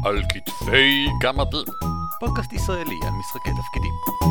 על כתפי גמדים, פודקאסט ישראלי על משחקי תפקידים.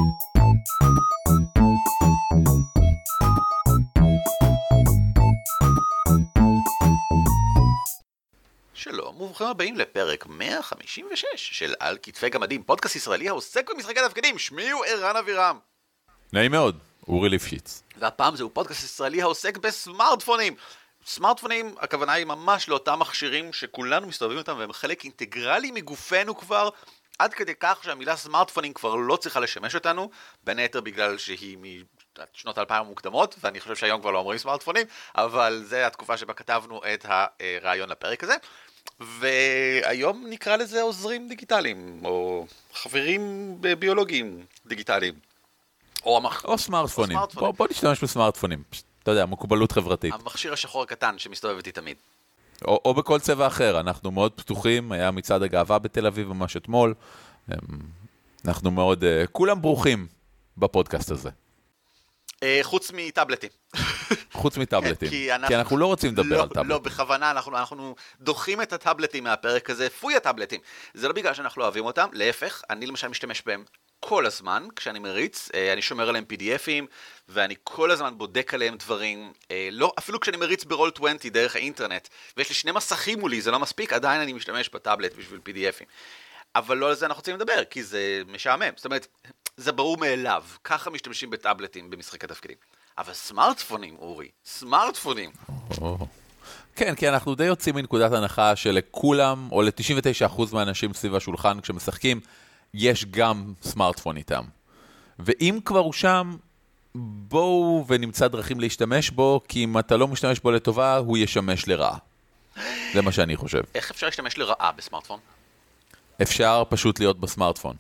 שלום וברוכים הבאים לפרק 156 של על כתפי גמדים, פודקאסט ישראלי העוסק במשחקי תפקידים. שמי הוא ערן אבירם. נעים מאוד, אורי ליפשיץ. והפעם זהו פודקאסט ישראלי העוסק בסמארטפונים. סמארטפונים, הכוונה היא ממש לאותם מכשירים שכולנו מסתובבים אותם והם חלק אינטגרלי מגופנו כבר, עד כדי כך שהמילה סמארטפונים כבר לא צריכה לשמש אותנו, בין היתר בגלל שהיא משנות 2000 המוקדמות, ואני חושב שהיום כבר לא אומרים סמארטפונים, אבל זה התקופה שבה כתבנו את הרעיון לפרק הזה, והיום נקרא לזה עוזרים דיגיטליים, או חברים ביולוגיים דיגיטליים, או סמארטפונים. בוא נשתמש בסמארטפונים. אתה יודע, מקובלות חברתית. המכשיר השחור הקטן שמסתובב איתי תמיד. או בכל צבע אחר. אנחנו מאוד פתוחים, היה מצעד הגאווה בתל אביב ממש אתמול. אנחנו מאוד, כולם ברוכים בפודקאסט הזה. חוץ מטאבלטים. חוץ מטאבלטים. כי אנחנו לא רוצים לדבר על טאבלטים. לא, בכוונה, אנחנו דוחים את הטאבלטים מהפרק הזה, פוי הטאבלטים. זה לא בגלל שאנחנו לא אוהבים אותם, להפך, אני למשל משתמש בהם כל הזמן, כשאני מריץ, אני שומר עליהם PDFים, ואני כל הזמן בודק עליהם דברים, לא, אפילו כשאני מריץ ברול 20 דרך האינטרנט, ויש לי 2 מסכים מולי, זה לא מספיק, עדיין אני משתמש בטאבלט בשביל PDFים. אבל לא על זה אנחנו רוצים לדבר, כי זה משעמם, זאת אומרת, זה ברור מאליו, ככה משתמשים בטאבלטים במשחקי תפקידים. אבל סמארטפונים, אורי, סמארטפונים. כן, כי אנחנו די יוצאים מנקודת הנחה שלכולם, או ל-99% מהאנשים סביב השולחן כשמשחקים, יש גם סמארטפון איתם. ואם כבר הוא שם, בואו ונמצא דרכים להשתמש בו, כי אם אתה לא משתמש בו לטובה, הוא ישמש לרעה. זה מה שאני חושב. איך אפשר להשתמש לרעה בסמארטפון? אפשר פשוט להיות בסמארטפון.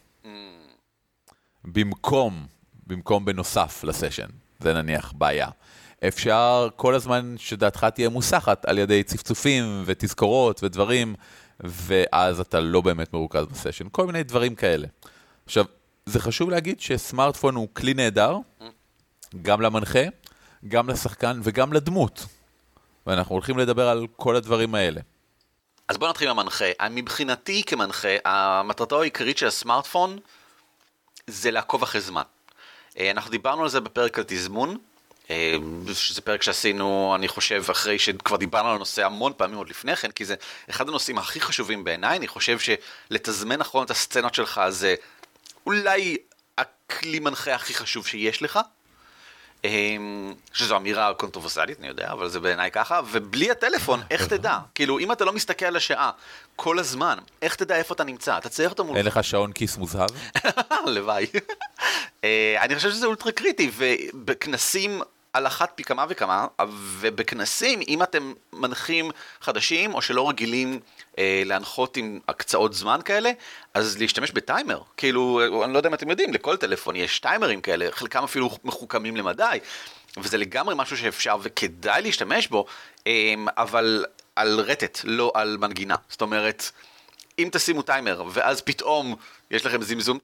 במקום בנוסף לסשן. זה נניח בעיה. אפשר כל הזמן שדעתך תהיה מוסחת על ידי צפצופים ותזכורות ודברים, ואז אתה לא באמת מרוכז בסשן. כל מיני דברים כאלה. עכשיו, זה חשוב להגיד שסמארטפון הוא כלי נהדר, גם למנחה, גם לשחקן וגם לדמות. ואנחנו הולכים לדבר על כל הדברים האלה. אז בוא נתחיל עם המנחה. מבחינתי כמנחה, המטרתו העיקרית של הסמארטפון זה לעקוב אחרי זמן. אנחנו דיברנו על זה בפרק על תזמון, שזה פרק שעשינו, אני חושב, אחרי שכבר דיברנו על הנושא המון פעמים עוד לפני כן, כי זה אחד הנושאים הכי חשובים בעיניי. אני חושב שלתזמן נכון את הסצנות שלך זה אולי הכלי מנחה הכי חשוב שיש לך, שזו אמירה קונטרוברסלית, אני יודע, אבל זה בעיניי ככה, ובלי הטלפון, איך תדע? כאילו, אם אתה לא מסתכל על השעה כל הזמן, איך תדע איפה אתה נמצא? אתה צריך אותו מולך. אין לך שעון כיס מוזהב? לוואי. אני חושב שזה אולטרה קריטי, ובכנסים על אחת פי כמה וכמה, ובכנסים, אם אתם מנחים חדשים, או שלא רגילים להנחות עם הקצאות זמן כאלה, אז להשתמש בטיימר. כאילו, אני לא יודע אם אתם יודעים, לכל טלפון יש טיימרים כאלה, חלקם אפילו מחוכמים למדי, וזה לגמרי משהו שאפשר וכדאי להשתמש בו, אבל על רטט, לא על מנגינה. זאת אומרת, אם תשימו טיימר, ואז פתאום יש לכם זמזום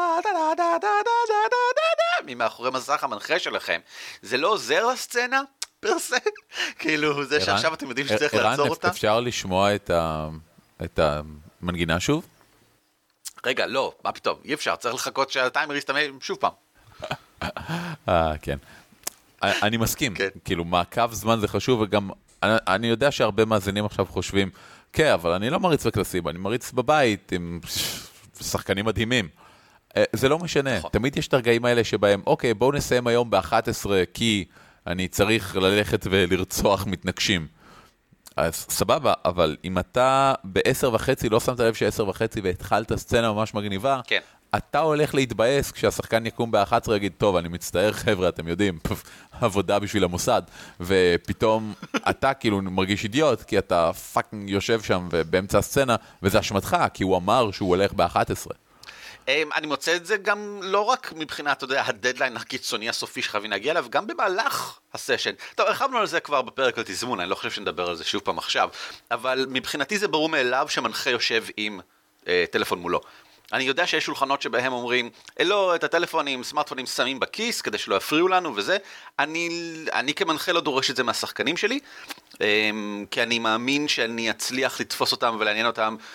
ממאחורי מסך המנחה שלכם, זה לא עוזר לסצנה פרסה? כאילו, זה שעכשיו אתם יודעים שצריך לעצור אותה? אפשר לשמוע את המנגינה שוב? רגע, לא, מה פתאום? אי אפשר, צריך לחכות שהטיימר יסתמל שוב פעם. כן. אני מסכים, כאילו, מעקב זמן זה חשוב, וגם אני יודע שהרבה מאזינים עכשיו חושבים, כן, אבל אני לא מריץ בקלסים, אני מריץ בבית עם שחקנים מדהימים. זה לא משנה, תמיד יש את הרגעים האלה שבהם, אוקיי, בואו נסיים היום ב-11, כי אני צריך ללכת ולרצוח מתנגשים. אז סבבה, אבל אם אתה ב-10:30, לא שמת לב ש-10:30 והתחלת סצנה ממש מגניבה, כן. אתה הולך להתבאס כשהשחקן יקום ב-11 ויגיד, טוב, אני מצטער חבר'ה, אתם יודעים, עבודה בשביל המוסד, ופתאום אתה כאילו מרגיש אידיוט, כי אתה פאקינג יושב שם ובאמצע הסצנה, וזה אשמתך, כי הוא אמר שהוא הולך ב-11. אני מוצא את זה גם לא רק מבחינת, אתה יודע, הדדליין הקיצוני הסופי שחייבים להגיע אליו, גם במהלך הסשן. טוב, הרחבנו על זה כבר בפרק על תזמון, אני לא חושב שנדבר על זה שוב פעם עכשיו, אבל מבחינתי זה ברור מאליו שמנחה יושב עם טלפון מולו. אני יודע שיש שולחנות שבהם אומרים, לא, את הטלפונים, סמארטפונים שמים בכיס, כדי שלא יפריעו לנו וזה. אני כמנחה לא דורש את זה מהשחקנים שלי, כי אני מאמין שאני אצליח לתפוס אותם ולעניין אותם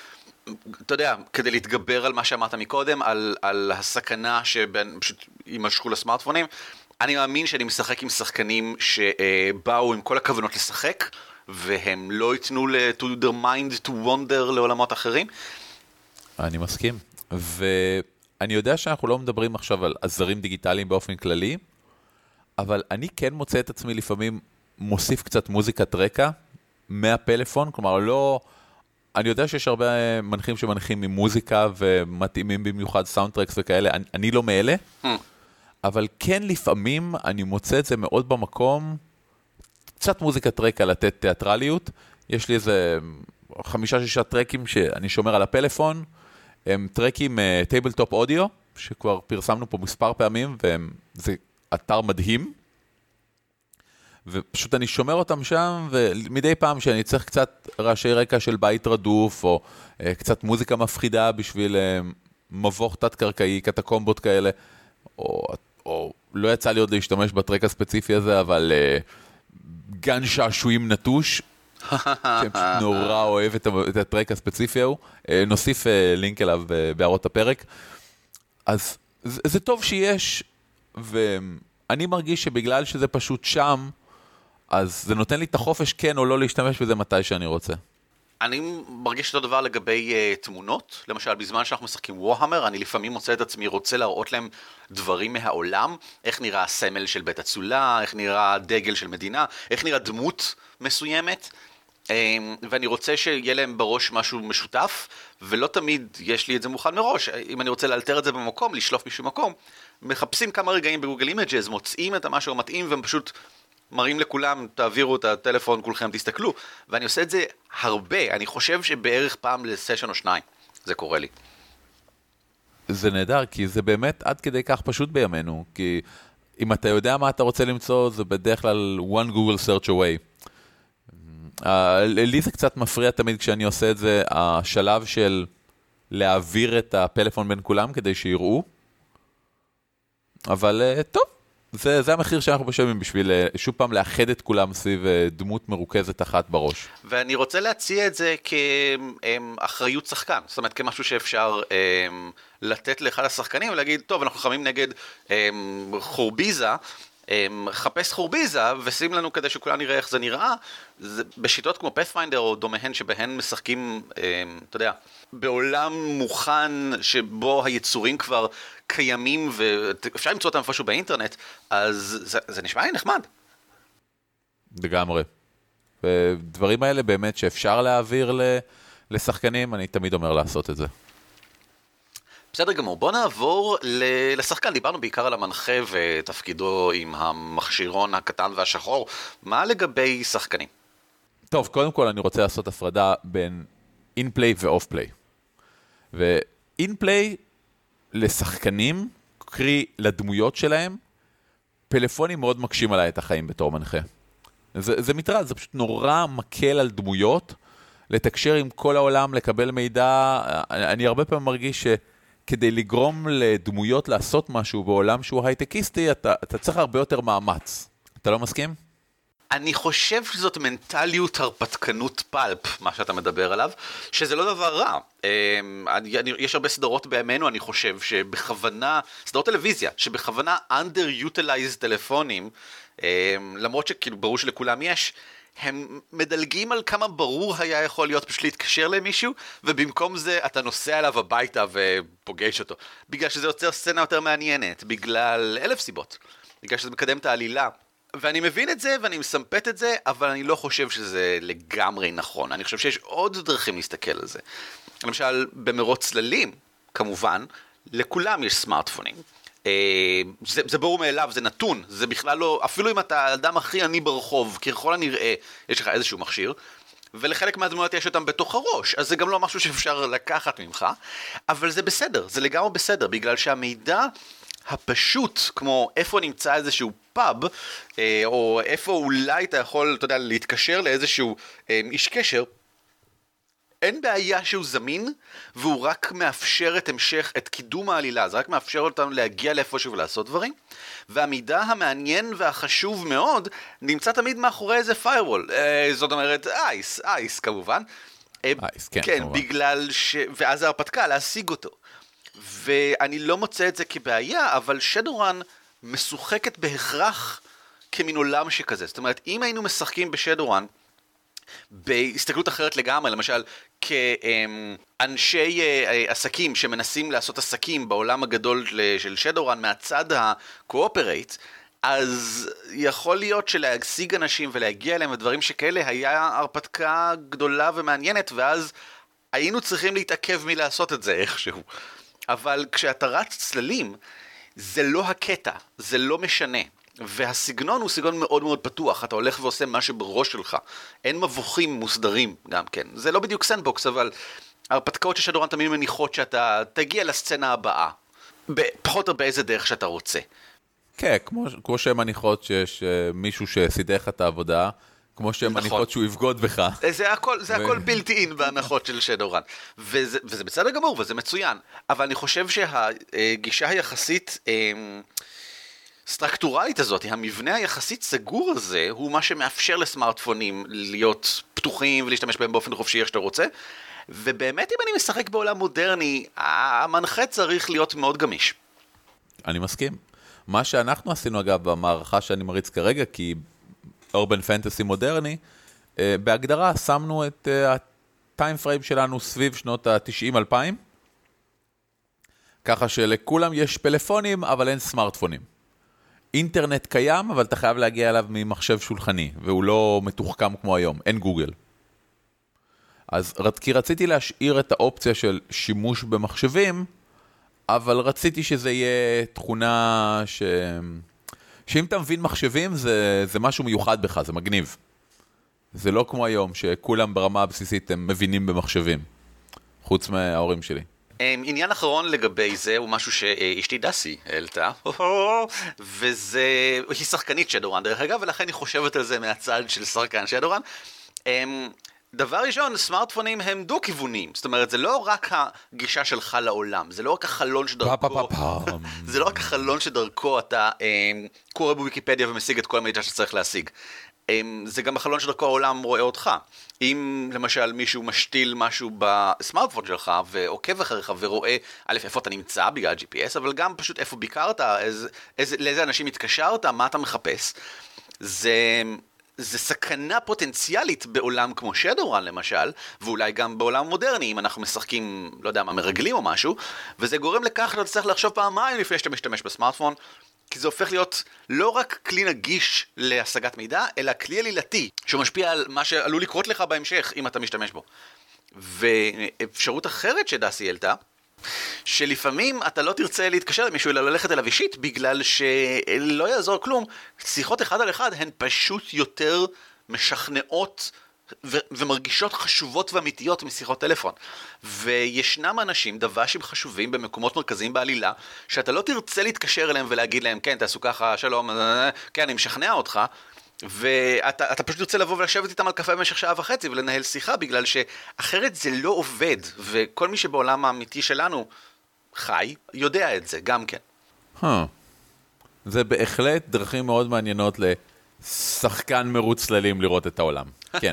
אתה יודע, כדי להתגבר על מה שאמרת מקודם, על הסכנה שפשוט יימשכו לסמארטפונים, אני מאמין שאני משחק עם שחקנים שבאו עם כל הכוונות לשחק, והם לא ייתנו to their mind to wander לעולמות אחרים. אני מסכים. ואני יודע שאנחנו לא מדברים עכשיו על עזרים דיגיטליים באופן כללי, אבל אני כן מוצא את עצמי לפעמים מוסיף קצת מוזיקת רקע מהפלאפון, כלומר לא... אני יודע שיש הרבה מנחים שמנחים ממוזיקה ומתאימים במיוחד סאונדטרקס וכאלה, אני לא מאלה, אבל כן לפעמים אני מוצא את זה מאוד במקום, קצת מוזיקת רקע לתת תיאטרליות, יש לי איזה 5-6 טרקים שאני שומר על הפלאפון, הם טרקים טייבלטופ אודיו, שכבר פרסמנו פה מספר פעמים, וזה אתר מדהים, ופשוט אני שומר אותם שם, ומדי פעם שאני צריך קצת רעשי רקע של בית רדוף, או קצת מוזיקה מפחידה בשביל מבוך תת-קרקעי, קטקומבות כאלה, או לא יצא לי עוד להשתמש בטרק הספציפי הזה, אבל גן שעשועים נטוש, שאני פשוט נורא אוהב את הטרק הספציפי ההוא, נוסיף לינק אליו בהערות הפרק. אז זה טוב שיש, ואני מרגיש שבגלל שזה פשוט שם, אז זה נותן לי את החופש כן או לא להשתמש בזה מתי שאני רוצה. אני מרגיש אותו דבר לגבי תמונות, למשל בזמן שאנחנו משחקים וורהמר, אני לפעמים מוצא את עצמי רוצה להראות להם דברים מהעולם, איך נראה הסמל של בית אצולה, איך נראה דגל של מדינה, איך נראה דמות מסוימת, ואני רוצה שיהיה להם בראש משהו משותף, ולא תמיד יש לי את זה מוכן מראש. אם אני רוצה לאלתר את זה במקום, לשלוף מישהו מקום, מחפשים כמה רגעים בגוגל אימג'ז, מוצאים את המשהו המתאים והם פשוט מראים לכולם, תעבירו את הטלפון, כולכם תסתכלו, ואני עושה את זה הרבה, אני חושב שבערך פעם לסשן או שניים, זה קורה לי. זה נהדר, כי זה באמת עד כדי כך פשוט בימינו, כי אם אתה יודע מה אתה רוצה למצוא, זה בדרך כלל one Google search away. לי זה קצת מפריע תמיד כשאני עושה את זה, השלב של להעביר את הפלאפון בין כולם כדי שיראו, אבל טוב. זה המחיר שאנחנו משלמים בשביל שוב פעם לאחד את כולם סביב דמות מרוכזת אחת בראש. ואני רוצה להציע את זה כאחריות שחקן, זאת אומרת כמשהו שאפשר לתת לאחד השחקנים ולהגיד, טוב, אנחנו חמים נגד חורביזה, חפש חורביזה ושים לנו כדי שכולם נראה איך זה נראה. בשיטות כמו Pathfinder או דומיהן שבהן משחקים, אתה יודע, בעולם מוכן שבו היצורים כבר קיימים ואפשר למצוא אותם איפשהו באינטרנט, אז זה נשמע לי נחמד. לגמרי. ודברים האלה באמת שאפשר להעביר לשחקנים, אני תמיד אומר לעשות את זה. בסדר גמור, בוא נעבור לשחקן, דיברנו בעיקר על המנחה ותפקידו עם המכשירון הקטן והשחור, מה לגבי שחקנים? טוב, קודם כל אני רוצה לעשות הפרדה בין in-play ו-off-play. ו-in-play לשחקנים, קרי לדמויות שלהם, פלאפונים מאוד מקשים עליי את החיים בתור מנחה. זה מטרד, זה פשוט נורא מקל על דמויות, לתקשר עם כל העולם, לקבל מידע. אני הרבה פעמים מרגיש שכדי לגרום לדמויות לעשות משהו בעולם שהוא הייטקיסטי, אתה צריך הרבה יותר מאמץ. אתה לא מסכים? אני חושב שזאת מנטליות הרפתקנות פלפ, מה שאתה מדבר עליו, שזה לא דבר רע. יש הרבה סדרות בימינו, אני חושב, שבכוונה, סדרות טלוויזיה, שבכוונה underutilized טלפונים, למרות שכאילו ברור שלכולם יש, הם מדלגים על כמה ברור היה יכול להיות פשוט להתקשר למישהו, ובמקום זה אתה נוסע אליו הביתה ופוגש אותו. בגלל שזה יוצר סצנה יותר מעניינת, בגלל 1000 סיבות, בגלל שזה מקדם את העלילה. ואני מבין את זה ואני מסמפת את זה, אבל אני לא חושב שזה לגמרי נכון. אני חושב שיש עוד דרכים להסתכל על זה. למשל, במרוץ צללים, כמובן, לכולם יש סמארטפונים. זה ברור מאליו, זה נתון, זה בכלל לא, אפילו אם אתה האדם הכי עני ברחוב, ככל הנראה, יש לך איזשהו מכשיר, ולחלק מהדמויות יש אותם בתוך הראש, אז זה גם לא משהו שאפשר לקחת ממך, אבל זה בסדר, זה לגמרי בסדר, בגלל שהמידע הפשוט, כמו איפה נמצא איזשהו פאב, או איפה אולי אתה יכול, אתה יודע, להתקשר לאיזשהו איש קשר, אין בעיה שהוא זמין, והוא רק מאפשר את המשך, את קידום העלילה, זה רק מאפשר אותם להגיע לאיפשהו ולעשות דברים, והמידע המעניין והחשוב מאוד, נמצא תמיד מאחורי איזה firewall, זאת אומרת, אייס כמובן, כן, בגלל ואז ההרפתקה, להשיג אותו. ואני לא מוצא את זה כבעיה, אבל שדורן משוחקת בהכרח כמין עולם שכזה. זאת אומרת, אם היינו משחקים בשדורן, בהסתכלות אחרת לגמרי, למשל, כאנשי עסקים שמנסים לעשות עסקים בעולם הגדול של שדורן מהצד הקואופרייט, אז יכול להיות שלהשיג אנשים ולהגיע אליהם ודברים שכאלה היה הרפתקה גדולה ומעניינת, ואז היינו צריכים להתעכב מלעשות את זה איכשהו. אבל כשאתה רץ צללים, זה לא הקטע, זה לא משנה. והסגנון הוא סגנון מאוד מאוד פתוח, אתה הולך ועושה מה שבראש שלך. אין מבוכים מוסדרים גם כן. זה לא בדיוק סנדבוקס, אבל ההרפתקאות של שדורן תמיד מניחות שאתה תגיע לסצנה הבאה. פחות או באיזה דרך שאתה רוצה. כן, כמו שהן מניחות שיש מישהו שסידך את העבודה, כמו שהן מניחות שהוא יבגוד בך. זה הכל בלתי אין בהנחות של שדורן. וזה בסדר גמור, וזה מצוין. אבל אני חושב שהגישה היחסית סטרקטורלית הזאת, המבנה היחסית סגור הזה, הוא מה שמאפשר לסמארטפונים להיות פתוחים ולהשתמש בהם באופן חופשי איך שאתה רוצה. ובאמת אם אני משחק בעולם מודרני, המנחה צריך להיות מאוד גמיש. אני מסכים. מה שאנחנו עשינו אגב במערכה שאני מריץ כרגע, כי אורבן פנטסי מודרני, בהגדרה שמנו את הטיים פריים שלנו סביב שנות ה-90-2000, ככה שלכולם יש פלאפונים, אבל אין סמארטפונים. אינטרנט קיים, אבל אתה חייב להגיע אליו ממחשב שולחני, והוא לא מתוחכם כמו היום, אין גוגל. אז כי רציתי להשאיר את האופציה של שימוש במחשבים, אבל רציתי שזה יהיה תכונה שאם אתה מבין מחשבים, זה משהו מיוחד בך, זה מגניב. זה לא כמו היום, שכולם ברמה הבסיסית הם מבינים במחשבים, חוץ מההורים שלי. עניין אחרון לגבי זה הוא משהו שאשתי דסי העלתה, וזה, היא שחקנית שדורן דרך אגב, ולכן היא חושבת על זה מהצד של שחקן שדורן. דבר ראשון, סמארטפונים הם דו-כיוונים, זאת אומרת, זה לא רק הגישה שלך לעולם, זה לא רק החלון שדרכו, זה לא רק החלון שדרכו אתה קורא בוויקיפדיה ומשיג את כל המידע שצריך להשיג. זה גם החלון שדרכו העולם רואה אותך. אם למשל מישהו משתיל משהו בסמארטפון שלך ועוקב אחריך ורואה איפה אתה נמצא בגלל GPS, אבל גם פשוט איפה ביקרת, לאיזה אנשים התקשרת, מה אתה מחפש, זה סכנה פוטנציאלית בעולם כמו שדורן למשל, ואולי גם בעולם מודרני, אם אנחנו משחקים, לא יודע מה, מרגלים או משהו, וזה גורם לכך שאתה צריך לחשוב פעמיים לפני שאתה משתמש בסמארטפון, כי זה הופך להיות לא רק כלי נגיש להשגת מידע, אלא כלי עלילתי, שמשפיע על מה שעלול לקרות לך בהמשך, אם אתה משתמש בו. ואפשרות אחרת שדסי העלתה, שלפעמים אתה לא תרצה להתקשר למישהו, אלא ללכת אליו אישית, בגלל שלא יעזור כלום. שיחות אחד על אחד הן פשוט יותר משכנעות ומרגישות חשובות ואמיתיות משיחות טלפון. וישנם אנשים, דוושים חשובים במקומות מרכזיים בעלילה, שאתה לא תרצה להתקשר אליהם ולהגיד להם, כן, תעשו ככה, שלום, כן, אני משכנע אותך, ואתה פשוט רוצה לבוא ולשבת איתם על קפה במשך שעה וחצי ולנהל שיחה, בגלל שאחרת זה לא עובד, וכל מי שבעולם האמיתי שלנו חי, יודע את זה גם כן. זה בהחלט דרכים מאוד מעניינות לשחקן מרוץ צללים לראות את העולם. כן.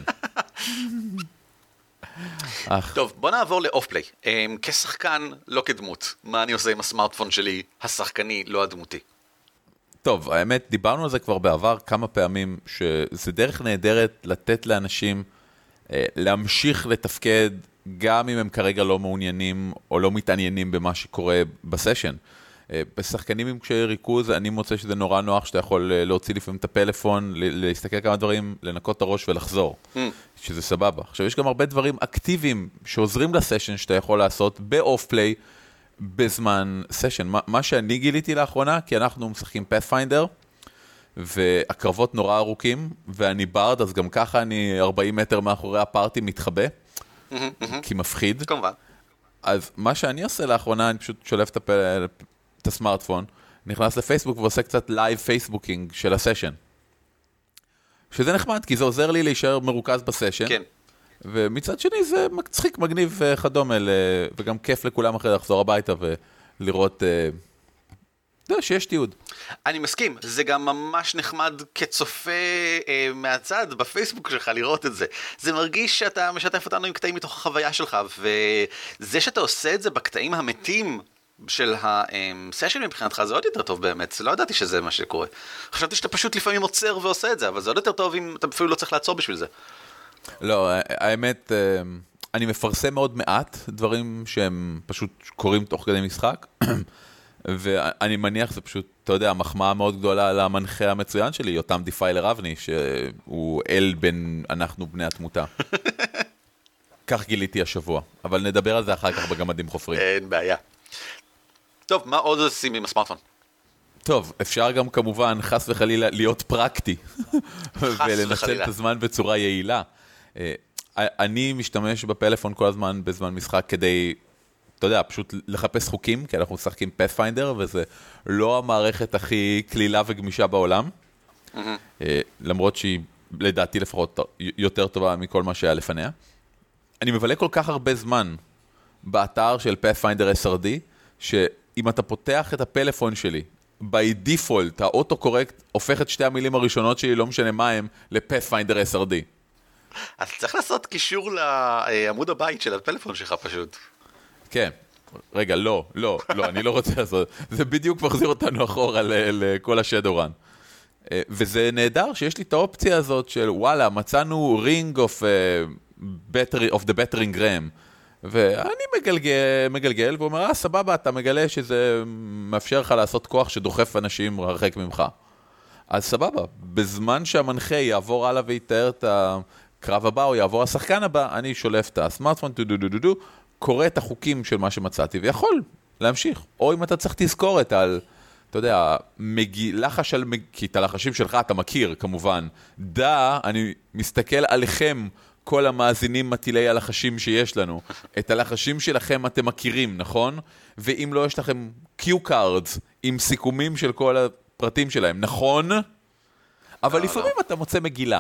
טוב, בוא נעבור לאוף-פליי. כשחקן, לא כדמות. מה אני עושה עם הסמארטפון שלי, השחקני, לא הדמותי? טוב, האמת, דיברנו על זה כבר בעבר כמה פעמים, שזה דרך נהדרת לתת לאנשים להמשיך לתפקד, גם אם הם כרגע לא מעוניינים או לא מתעניינים במה שקורה בסשן. בשחקנים עם קשיי ריכוז, אני מוצא שזה נורא נוח שאתה יכול להוציא לפעמים את הפלאפון, להסתכל כמה דברים, לנקות את הראש ולחזור, שזה סבבה. עכשיו, יש גם הרבה דברים אקטיביים שעוזרים לסשן שאתה יכול לעשות באוף-פליי, בזמן סשן. מה שאני גיליתי לאחרונה, כי אנחנו משחקים Pathfinder, והקרבות נורא ארוכים, ואני ברד, אז גם ככה אני 40 מטר מאחורי הפארטי מתחבא, כי מפחיד. כמובן. אז מה שאני עושה לאחרונה, אני פשוט שולף את הסמארטפון, נכנס לפייסבוק ועושה קצת לייב פייסבוקינג של הסשן. שזה נחמד, כי זה עוזר לי להישאר מרוכז בסשן. כן. ומצד שני זה מצחיק, מגניב וחדום, וגם כיף לכולם אחרי לחזור הביתה ולראות שיש תיעוד. אני מסכים, זה גם ממש נחמד כצופה מהצד בפייסבוק שלך לראות את זה. זה מרגיש שאתה משתף אותנו עם קטעים מתוך החוויה שלך, וזה שאתה עושה את זה בקטעים המתים של הסשן מבחינתך, זה עוד יותר טוב באמת. לא ידעתי שזה מה שקורה. חשבתי שאתה פשוט לפעמים עוצר ועושה את זה, אבל זה עוד יותר טוב אם אתה אפילו לא צריך לעצור בשביל זה. לא, האמת, אני מפרסם מאוד מעט דברים שהם פשוט קורים תוך כדי משחק, ואני מניח זה פשוט, אתה יודע, מחמאה מאוד גדולה למנחה המצוין שלי, יותם דיפיילר אבני, שהוא אל בין אנחנו בני התמותה. כך גיליתי השבוע, אבל נדבר על זה אחר כך בגמדים חופרים. אין בעיה. טוב, מה עוד עושים עם הסמארטפון? טוב, אפשר גם כמובן חס וחלילה להיות פרקטי, ולנצל את הזמן בצורה יעילה. אני משתמש בפלאפון כל הזמן בזמן משחק כדי, אתה יודע, פשוט לחפש חוקים, כי אנחנו משחקים Pathfinder, וזה לא המערכת הכי כלילה וגמישה בעולם, למרות שהיא, לדעתי לפחות, יותר טובה מכל מה שהיה לפניה. אני מבלה כל כך הרבה זמן באתר של Pathfinder SRD, שאם אתה פותח את הפלאפון שלי, by default, האוטו-קורקט הופך את שתי המילים הראשונות שלי, לא משנה מה הם, ל-Pathfinder SRD. אז צריך לעשות קישור לעמוד הבית של הפלאפון שלך פשוט. כן. רגע, לא, אני לא רוצה לעשות. זה בדיוק מחזיר אותנו אחורה לכל השדורן. וזה נהדר שיש לי את האופציה הזאת של, וואלה, מצאנו ring of the battering ram. ואני מגלגל, ואומר, סבבה, אתה מגלה שזה מאפשר לך לעשות כוח שדוחף אנשים הרחק ממך. אז סבבה, בזמן שהמנחה יעבור הלאה ויתאר את הקרב הבא, או יעבור השחקן הבא, אני שולף את הסמארטפון, קורא את החוקים של מה שמצאתי, ויכול להמשיך. או אם אתה צריך תזכורת על, אתה יודע, לחש על, כי את הלחשים שלך אתה מכיר, כמובן. אני מסתכל עליכם, כל המאזינים מטילי הלחשים שיש לנו. את הלחשים שלכם אתם מכירים, נכון? ואם לא, יש לכם Q-cards עם סיכומים של כל הפרטים שלהם, נכון? אבל לפעמים אתה מוצא מגילה.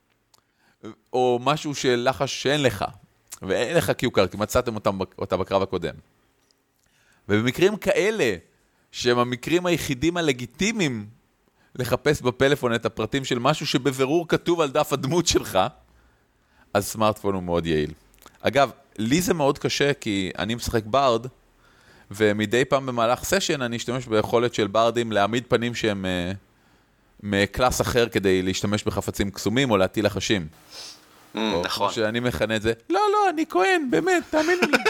או משהו של לחש שאין לך. ואין לך Q-card, כי מצאתם אותה בקרב הקודם. ובמקרים כאלה, שהם המקרים היחידים הלגיטימיים לחפש בפלאפון את הפרטים של משהו שבבירור כתוב על דף הדמות שלך, אז סמארטפון הוא מאוד יעיל. אגב, לי זה מאוד קשה, כי אני משחק בארד, ומדי פעם במהלך סשן אני אשתמש ביכולת של בארדים להעמיד פנים שהם מקלאס אחר כדי להשתמש בחפצים קסומים או להטיל לחשים. נכון. כמו שאני מכנה את זה, לא, אני כהן, באמת, תאמינו לי.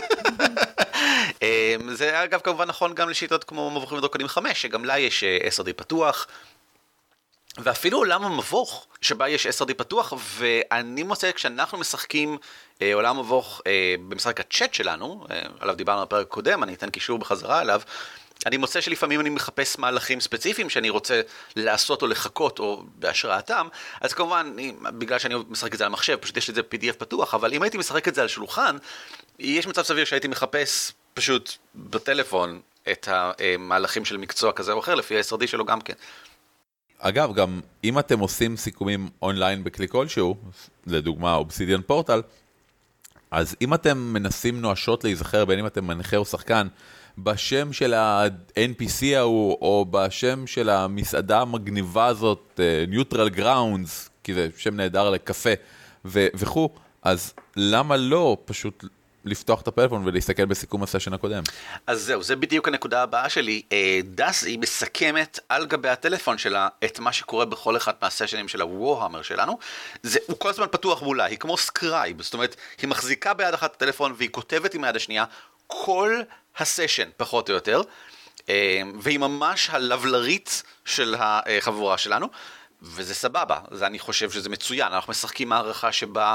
זה אגב כמובן נכון גם לשיטות כמו מבוכים ודרקונים 5, שגם לה יש SRD פתוח, ואפילו עולם המבוך, שבה יש SRD פתוח, ואני מוצא כשאנחנו משחקים עולם המבוך במשחק הצ'אט שלנו, עליו דיברנו בפרק קודם, אני אתן קישור בחזרה אליו, אני מוצא שלפעמים אני מחפש מהלכים ספציפיים שאני רוצה לעשות או לחכות או בהשראתם, אז כמובן, בגלל שאני משחק את זה על המחשב, פשוט יש לי את זה PDF פתוח, אבל אם הייתי משחק את זה על שולחן, יש מצב סביר שהייתי מחפש פשוט בטלפון את המהלכים של מקצוע כזה או אחר, לפי ה-SRD שלו גם כן. אגב, גם אם אתם עושים סיכומים אונליין בכלי כלשהו, לדוגמה אובסידיאן פורטל, אז אם אתם מנסים נואשות להיזכר, בין אם אתם מנחה או שחקן, בשם של ה-NPC ההוא, או בשם של המסעדה המגניבה הזאת, Neutral Grounds, כי זה שם נהדר לקפה, וכו', אז למה לא פשוט לפתוח את הפלאפון ולהסתכל בסיכום הסשן הקודם? אז זהו, זה בדיוק הנקודה הבאה שלי. דס היא מסכמת על גבי הטלפון שלה את מה שקורה בכל אחד מהסשנים של הוורהמר שלנו. הוא כל הזמן פתוח מולה, היא כמו סקרייב, זאת אומרת, היא מחזיקה ביד אחת הטלפון והיא כותבת עם היד השנייה כל הסשן, פחות או יותר, והיא ממש הלבלרית של החבורה שלנו, וזה סבבה, אני חושב שזה מצוין. אנחנו משחקים מערכה שבה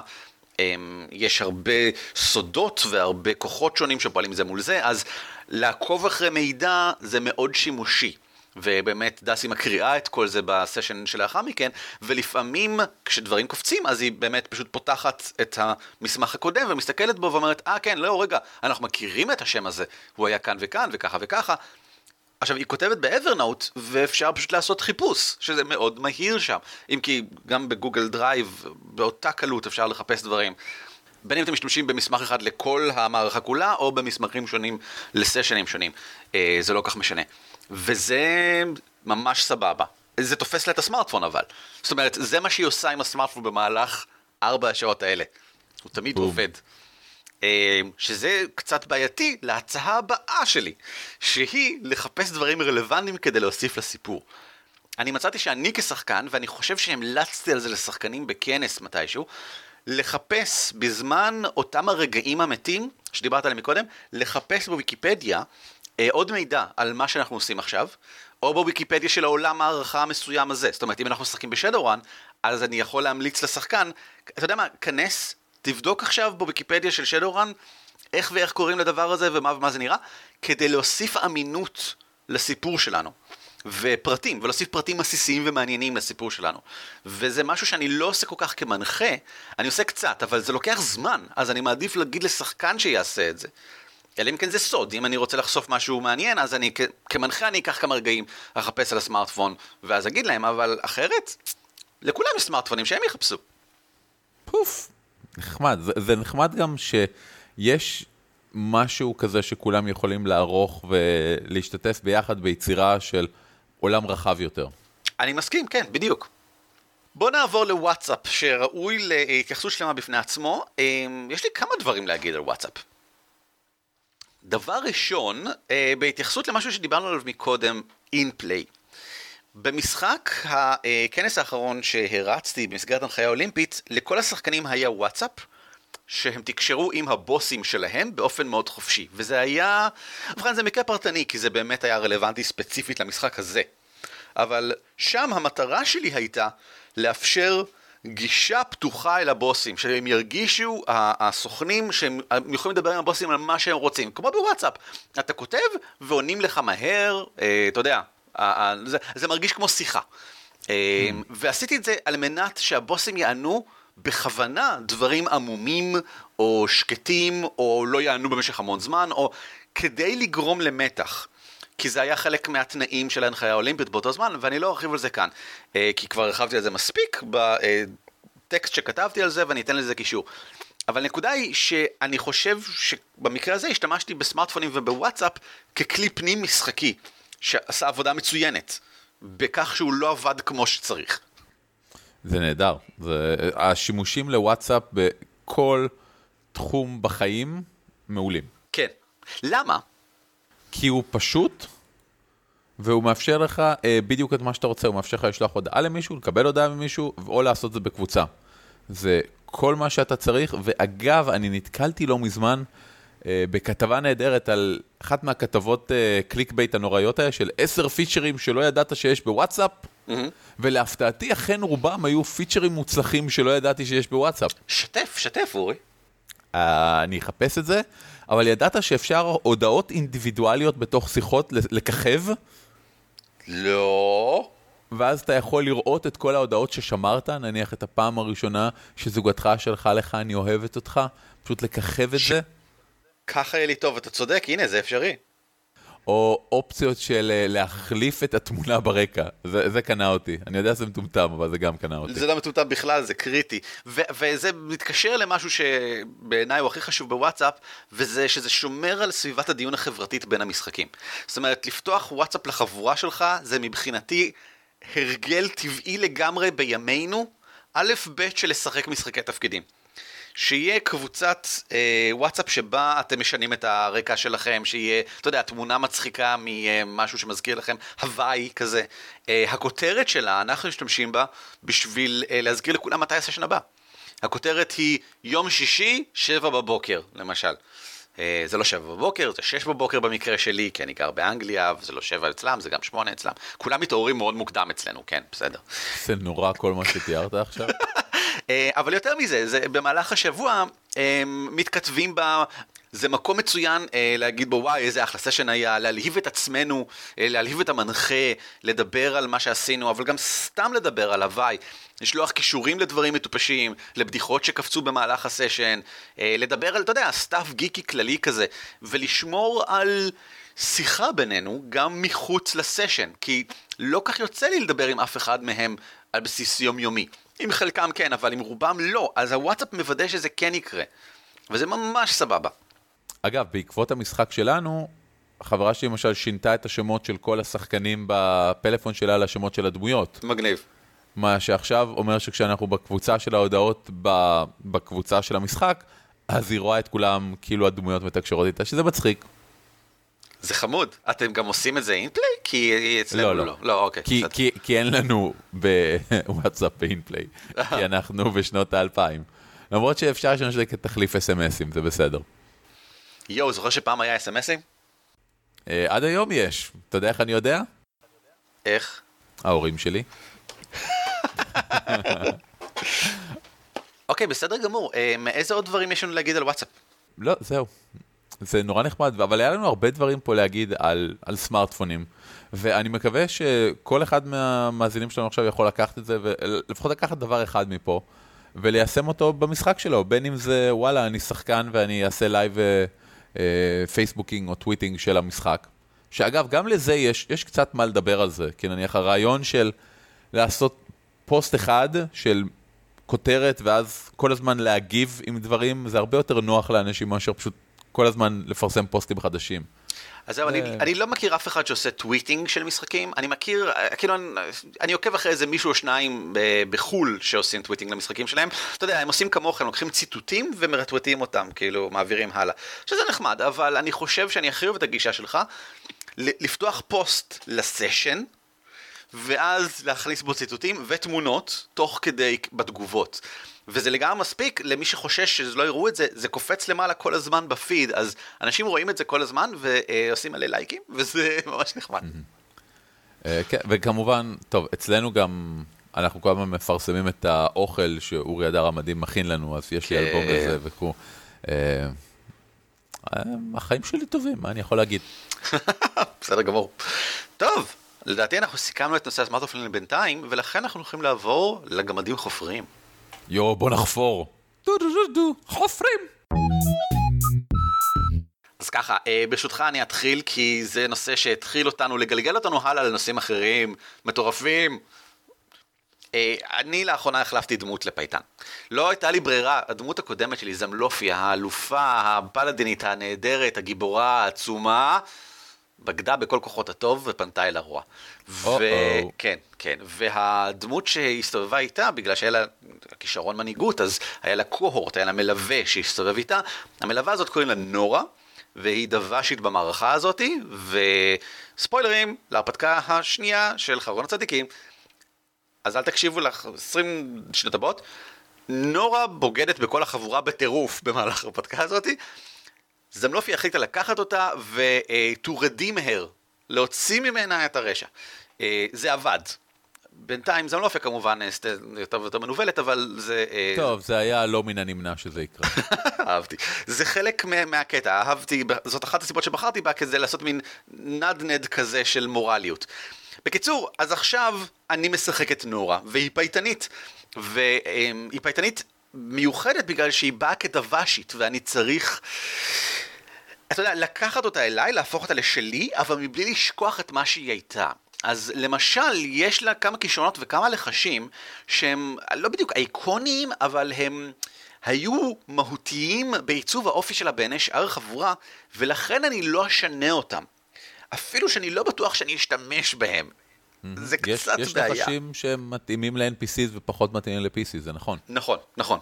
יש הרבה סודות והרבה כוחות שונים שפועלים זה מול זה, אז לעקוב אחרי מידע זה מאוד שימושי, ובאמת דסי מקריאה את כל זה בסשן שלאחר מכן, ולפעמים כשדברים קופצים אז היא באמת פשוט פותחת את המסמך הקודם ומסתכלת בו ואומרת, כן, לא, רגע, אנחנו מכירים את השם הזה, הוא היה כאן וכאן וככה וככה. עכשיו, היא כותבת באברנוט, ואפשר פשוט לעשות חיפוש, שזה מאוד מהיר שם. אם כי גם בגוגל דרייב, באותה קלות אפשר לחפש דברים. בין אם אתם משתמשים במסמך אחד לכל המערכה כולה, או במסמכים שונים לסשנים שונים. זה לא כך משנה. וזה ממש סבבה. זה תופס לה את הסמארטפון אבל. זאת אומרת, זה מה שהיא עושה עם הסמארטפון במהלך 4 השעות האלה. הוא תמיד עובד. שזה קצת בעייתי להצעה הבאה שלי, שהיא לחפש דברים רלוונטיים כדי להוסיף לסיפור. אני מצאתי שאני כשחקן, ואני חושב שהמלצתי על זה לשחקנים בכנס מתישהו, לחפש בזמן אותם הרגעים המתים, שדיברת עליהם מקודם, לחפש בוויקיפדיה עוד מידע על מה שאנחנו עושים עכשיו, או בוויקיפדיה של העולם הערכה המסוים הזה. זאת אומרת, אם אנחנו משחקים בשדורן, אז אני יכול להמליץ לשחקן, אתה יודע מה, כנס, תבדוק עכשיו בוויקיפדיה של שדורן, איך ואיך קוראים לדבר הזה ומה זה נראה, כדי להוסיף אמינות לסיפור שלנו. ופרטים, ולהוסיף פרטים עסיסיים ומעניינים לסיפור שלנו. וזה משהו שאני לא עושה כל כך כמנחה, אני עושה קצת, אבל זה לוקח זמן, אז אני מעדיף להגיד לשחקן שיעשה את זה. אלא אם כן זה סוד, אם אני רוצה לחשוף משהו מעניין, אז אני כמנחה אני אקח כמה רגעים לחפש על הסמארטפון, ואז אגיד להם, אבל אחרת, לכולם יש סמארטפונים שהם יחפשו. פוף, נחמד. זה נחמד גם שיש משהו כזה שכולם יכולים לערוך ולהשתתף ביחד ביצירה של עולם רחב יותר. אני מסכים, כן, בדיוק. בוא נעבור לוואטסאפ, שראוי להתייחסות שלמה בפני עצמו. יש לי כמה דברים להגיד על וואטסאפ. דבר ראשון, בהתייחסות למשהו שדיברנו עליו מקודם, אינפליי. במשחק הכנס האחרון שהרצתי במסגרת הנחיה אולימפית, לכל השחקנים היה וואטסאפ, שהם תקשרו עם הבוסים שלהם באופן מאוד חופשי. וזה היה, ובכן זה מקרה פרטני, כי זה באמת היה רלוונטי ספציפית למשחק הזה. אבל שם המטרה שלי הייתה לאפשר גישה פתוחה אל הבוסים, שהם ירגישו, הסוכנים, שהם יכולים לדבר עם הבוסים על מה שהם רוצים. כמו בוואטסאפ, אתה כותב ועונים לך מהר, אתה יודע, זה מרגיש כמו שיחה. ועשיתי את זה על מנת שהבוסים יענו בכוונה דברים עמומים או שקטים או לא יענו במשך המון זמן, או כדי לגרום למתח. כי זה היה חלק מהתנאים של ההנחיה האולימפית באותו זמן, ואני לא ארחיב על זה כאן, כי כבר הרחבתי על זה מספיק בטקסט שכתבתי על זה, ואני אתן לזה קישור. אבל הנקודה היא שאני חושב שבמקרה הזה השתמשתי בסמארטפונים ובוואטסאפ ככלי פנים משחקי, שעשה עבודה מצוינת, בכך שהוא לא עבד כמו שצריך. זה נהדר. השימושים לוואטסאפ בכל תחום בחיים מעולים. כן. למה? כי הוא פשוט, והוא מאפשר לך בדיוק את מה שאתה רוצה. הוא מאפשר לך לשלוח הודעה למישהו, לקבל הודעה ממישהו, או לעשות זה בקבוצה. זה כל מה שאתה צריך, ואגב, אני נתקלתי לא מזמן בכתבה נהדרת על אחת מהכתבות קליק בייט הנוראיות האלה, של 10 פיצ'רים שלא ידעת שיש בוואטסאפ, ולהפתעתי אכן רובם היו פיצ'רים מוצלחים שלא ידעתי שיש בוואטסאפ. שתף אורי. אני אחפש את זה, אבל ידעת שאפשר הודעות אינדיבידואליות בתוך שיחות לככב? לא. ואז אתה יכול לראות את כל ההודעות ששמרת, נניח את הפעם הראשונה שזוגתך שלחה לך, אני אוהבת אותך, פשוט לככב את זה. ככה יהיה לי טוב, אתה צודק, הנה זה אפשרי. או אופציות של להחליף את התמונה ברקע, זה קנה אותי. אני יודע שזה מטומטם, אבל זה גם קנה אותי. זה לא מטומטם בכלל, זה קריטי. וזה מתקשר למשהו שבעיניי הוא הכי חשוב בוואטסאפ, וזה שזה שומר על סביבת הדיון החברתית בין המשחקים. זאת אומרת, לפתוח וואטסאפ לחבורה שלך, זה מבחינתי הרגל טבעי לגמרי בימינו, א' ב' של לשחק משחקי תפקידים. שיהיה קבוצת וואטסאפ שבה אתם משנים את הרקע שלכם, שיהיה, אתה יודע, תמונה מצחיקה ממשהו שמזכיר לכם, הוואי כזה. הכותרת שלה, אנחנו משתמשים בה בשביל להזכיר לכולם מתי הסשן הבא. הכותרת היא יום שישי, 7 בבוקר, למשל. זה לא 7 בבוקר, זה 6 בבוקר במקרה שלי, כי אני גר באנגליה, וזה לא 7 אצלם, זה גם 8 אצלם. כולם מתעוררים מאוד מוקדם אצלנו, כן, בסדר. זה נורא כל מה שתיארת עכשיו. אבל יותר מזה, זה במהלך השבוע מתכתבים בה, זה מקום מצוין להגיד בו וואי איזה אחלה סשן היה, להלהיב את עצמנו, להלהיב את המנחה, לדבר על מה שעשינו, אבל גם סתם לדבר על הוואי, לשלוח קישורים לדברים מטופשים, לבדיחות שקפצו במהלך הסשן, לדבר על, אתה יודע, סטאפ גיקי כללי כזה, ולשמור על שיחה בינינו גם מחוץ לסשן, כי לא כך יוצא לי לדבר עם אף אחד מהם על בסיס יומיומי. עם חלקם כן, אבל עם רובם לא. אז הוואטסאפ מוודא שזה כן יקרה. וזה ממש סבבה. אגב, בעקבות המשחק שלנו, החברה שלי למשל שינתה את השמות של כל השחקנים בפלאפון שלה לשמות של הדמויות. מגניב. מה שעכשיו אומר שכשאנחנו בקבוצה של ההודעות, בקבוצה של המשחק, אז היא רואה את כולם כאילו הדמויות מתקשרות איתה, שזה מצחיק. זה חמוד. אתם גם עושים את זה אינפליי? כי אצלנו לא. לא, אוקיי. כי אין לנו בוואטסאפ אינפליי. כי אנחנו בשנות ה-2000. למרות שאפשר לשנות שזה כתחליף אס-אמסים, זה בסדר. יואו, זוכר שפעם היה אס-אמסים? עד היום יש. אתה יודע איך אני יודע? איך? ההורים שלי. אוקיי, בסדר גמור. איזה עוד דברים יש לנו להגיד על וואטסאפ? לא, זהו. זה נורא נחמד, אבל היה לנו הרבה דברים פה להגיד על סמארטפונים, ואני מקווה שכל אחד מהמאזינים שלנו עכשיו יכול לקחת את זה, ולפחות לקחת דבר אחד מפה, וליישם אותו במשחק שלו, בין אם זה, וואלה, אני שחקן ואני אעשה לייב פייסבוקינג או טוויטינג של המשחק, שאגב, גם לזה יש קצת מה לדבר על זה, כי נניח הרעיון של לעשות פוסט אחד של כותרת, ואז כל הזמן להגיב עם דברים, זה הרבה יותר נוח לאנשים מאשר פשוט כל הזמן לפרסם פוסטים חדשים. אז זהו, אני לא מכיר אף אחד שעושה טוויטינג של משחקים, אני מכיר, כאילו, אני עוקב אחרי איזה מישהו או שניים בחול שעושים טוויטינג למשחקים שלהם, אתה יודע, הם עושים כמוך, הם לוקחים ציטוטים ומרטווטים אותם, כאילו, מעבירים הלאה, שזה נחמד, אבל אני חושב שאני הכי אוהב את הגישה שלך, לפתוח פוסט לסשן, ואז להכניס בו ציטוטים ותמונות, תוך כדי בתגובות. וזה לגמרי מספיק, למי שחושש שזה לא יראו את זה, זה קופץ למעלה כל הזמן בפיד, אז אנשים רואים את זה כל הזמן, ועושים עלי לייקים, וזה ממש נחמד. כן, וכמובן, טוב, אצלנו גם, אנחנו כל הזמן מפרסמים את האוכל שאורי הדר המדהים מכין לנו, אז יש לי אלבום לזה וכו'. החיים שלי טובים, מה אני יכול להגיד? בסדר גמור. טוב, לדעתי אנחנו סיכמנו את נושא הסמארטפונים בינתיים, ולכן אנחנו הולכים לעבור לגמדים חופריים. בוא נחפור. חופרים. אז ככה, ברשותך אני אתחיל, כי זה נושא שהתחיל אותנו, לגלגל אותנו הלאה לנושאים אחרים, מטורפים. אני לאחרונה החלפתי דמות לפייטן. לא הייתה לי ברירה, הדמות הקודמת שלי, זמלופי, האלופה, הבלדינית, הנהדרת, הגיבורה, העצומה, בגדה בכל כוחות הטוב ופנתה אל הרוע. כן, כן. והדמות שהסתובבה איתה, בגלל שהיה לה כישרון מנהיגות, אז היה לה קוהורט, היה לה מלווה שהסתובב איתה. המלווה הזאת קוראים לה נורה, והיא דוושית במערכה הזאת, וספוילרים להרפתקה השנייה של חרון הצדיקים. אז אל תקשיבו לך 20 שנות הבאות. נורה בוגדת בכל החבורה בטירוף במהלך ההרפתקה הזאת. זמלופי החליטה לקחת אותה to redeem her, להוציא ממנה את הרשע. זה עבד. בינתיים זמלופי כמובן יותר ויותר מנובלת, אבל זה... טוב, זה היה לא מן הנמנע שזה יקרה. אהבתי. זה חלק מהקטע, אהבתי, זאת אחת הסיבות שבחרתי בה, כדי לעשות מין נד כזה של מורליות. בקיצור, אז עכשיו אני משחק את נורה, והיא פייטנית, והיא פייטנית מיוחדת בגלל שהיא באה כדוושית, ואני צריך, אתה יודע, לקחת אותה אליי, להפוך אותה לשלי, אבל מבלי לשכוח את מה שהיא הייתה. אז למשל, יש לה כמה כישרונות וכמה לחשים, שהם לא בדיוק אייקוניים, אבל הם היו מהותיים בעיצוב האופי שלה בעיני שאר החבורה, ולכן אני לא אשנה אותם. אפילו שאני לא בטוח שאני אשתמש בהם. זה קצת בעיה. יש לחשים שהם מתאימים ל-NPCs ופחות מתאימים ל-PCs, זה נכון. נכון, נכון.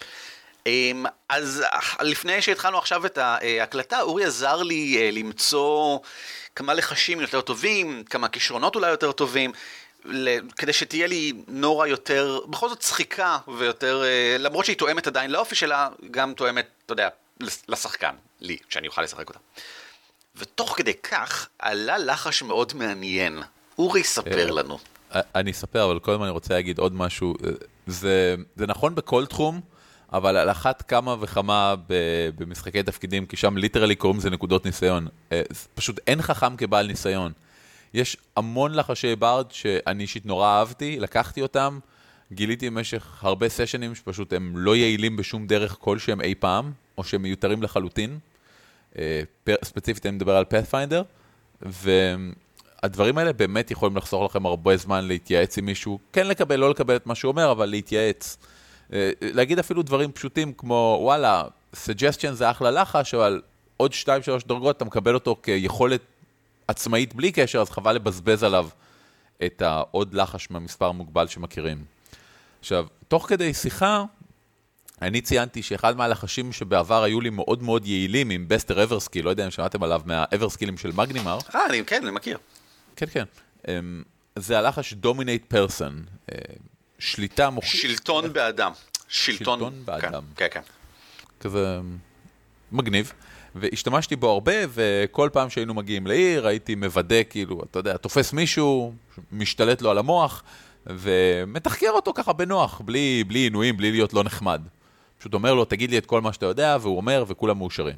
אז לפני שהתחלנו עכשיו את ההקלטה, אורי עזר לי למצוא כמה לחשים יותר טובים, כמה כישרונות אולי יותר טובים, כדי שתהיה לי נורה יותר, בכל זאת צחיקה ויותר, למרות שהיא תואמת עדיין לאופי שלה, גם תואמת, אתה יודע, לשחקן, לי, שאני אוכל לשחק אותה. ותוך כדי כך עלה לחש מאוד מעניין. אורי, ספר לנו. אני אספר, אבל קודם אני רוצה להגיד עוד משהו. זה נכון בכל תחום, אבל על אחת כמה וכמה במשחקי תפקידים, כי שם ליטרלי קוראים זה נקודות ניסיון. פשוט אין חכם כבעל ניסיון. יש המון לחשי ברד שאני אישית נורא אהבתי, לקחתי אותם, גיליתי במשך הרבה סשנים שפשוט הם לא יעילים בשום דרך כלשהם אי פעם, או שהם מיותרים לחלוטין. ספציפית אני מדבר על Pathfinder, והדברים האלה באמת יכולים לחסוך לכם הרבה זמן להתייעץ עם מישהו, כן לקבל, לא לקבל את מה שהוא אומר, אבל להתייעץ. להגיד אפילו דברים פשוטים כמו, וואלה, suggestion זה אחלה לחש, אבל עוד 2-3 דרגות, אתה מקבל אותו כיכולת עצמאית בלי קשר, אז חבל לבזבז עליו את העוד לחש מהמספר המוגבל שמכירים. עכשיו, תוך כדי שיחה, אני ציינתי שאחד מהלחשים שבעבר היו לי מאוד מאוד יעילים עם בסטר אברסקיל, לא יודע אם שמעתם עליו מהאברסקילים של מגנימר. כן, אני מכיר. כן, כן. זה הלחש Dominate Person, שליטה מוחית. שלטון באדם. שלטון באדם. כן, כן. כזה מגניב. והשתמשתי בו הרבה, וכל פעם שהיינו מגיעים לעיר, הייתי מוודא, כאילו, אתה יודע, תופס מישהו, משתלט לו על המוח, ומתחקר אותו ככה בנוח, בלי עינויים, בלי להיות לא נחמד. פשוט אומר לו, תגיד לי את כל מה שאתה יודע, והוא אומר, וכולם מאושרים.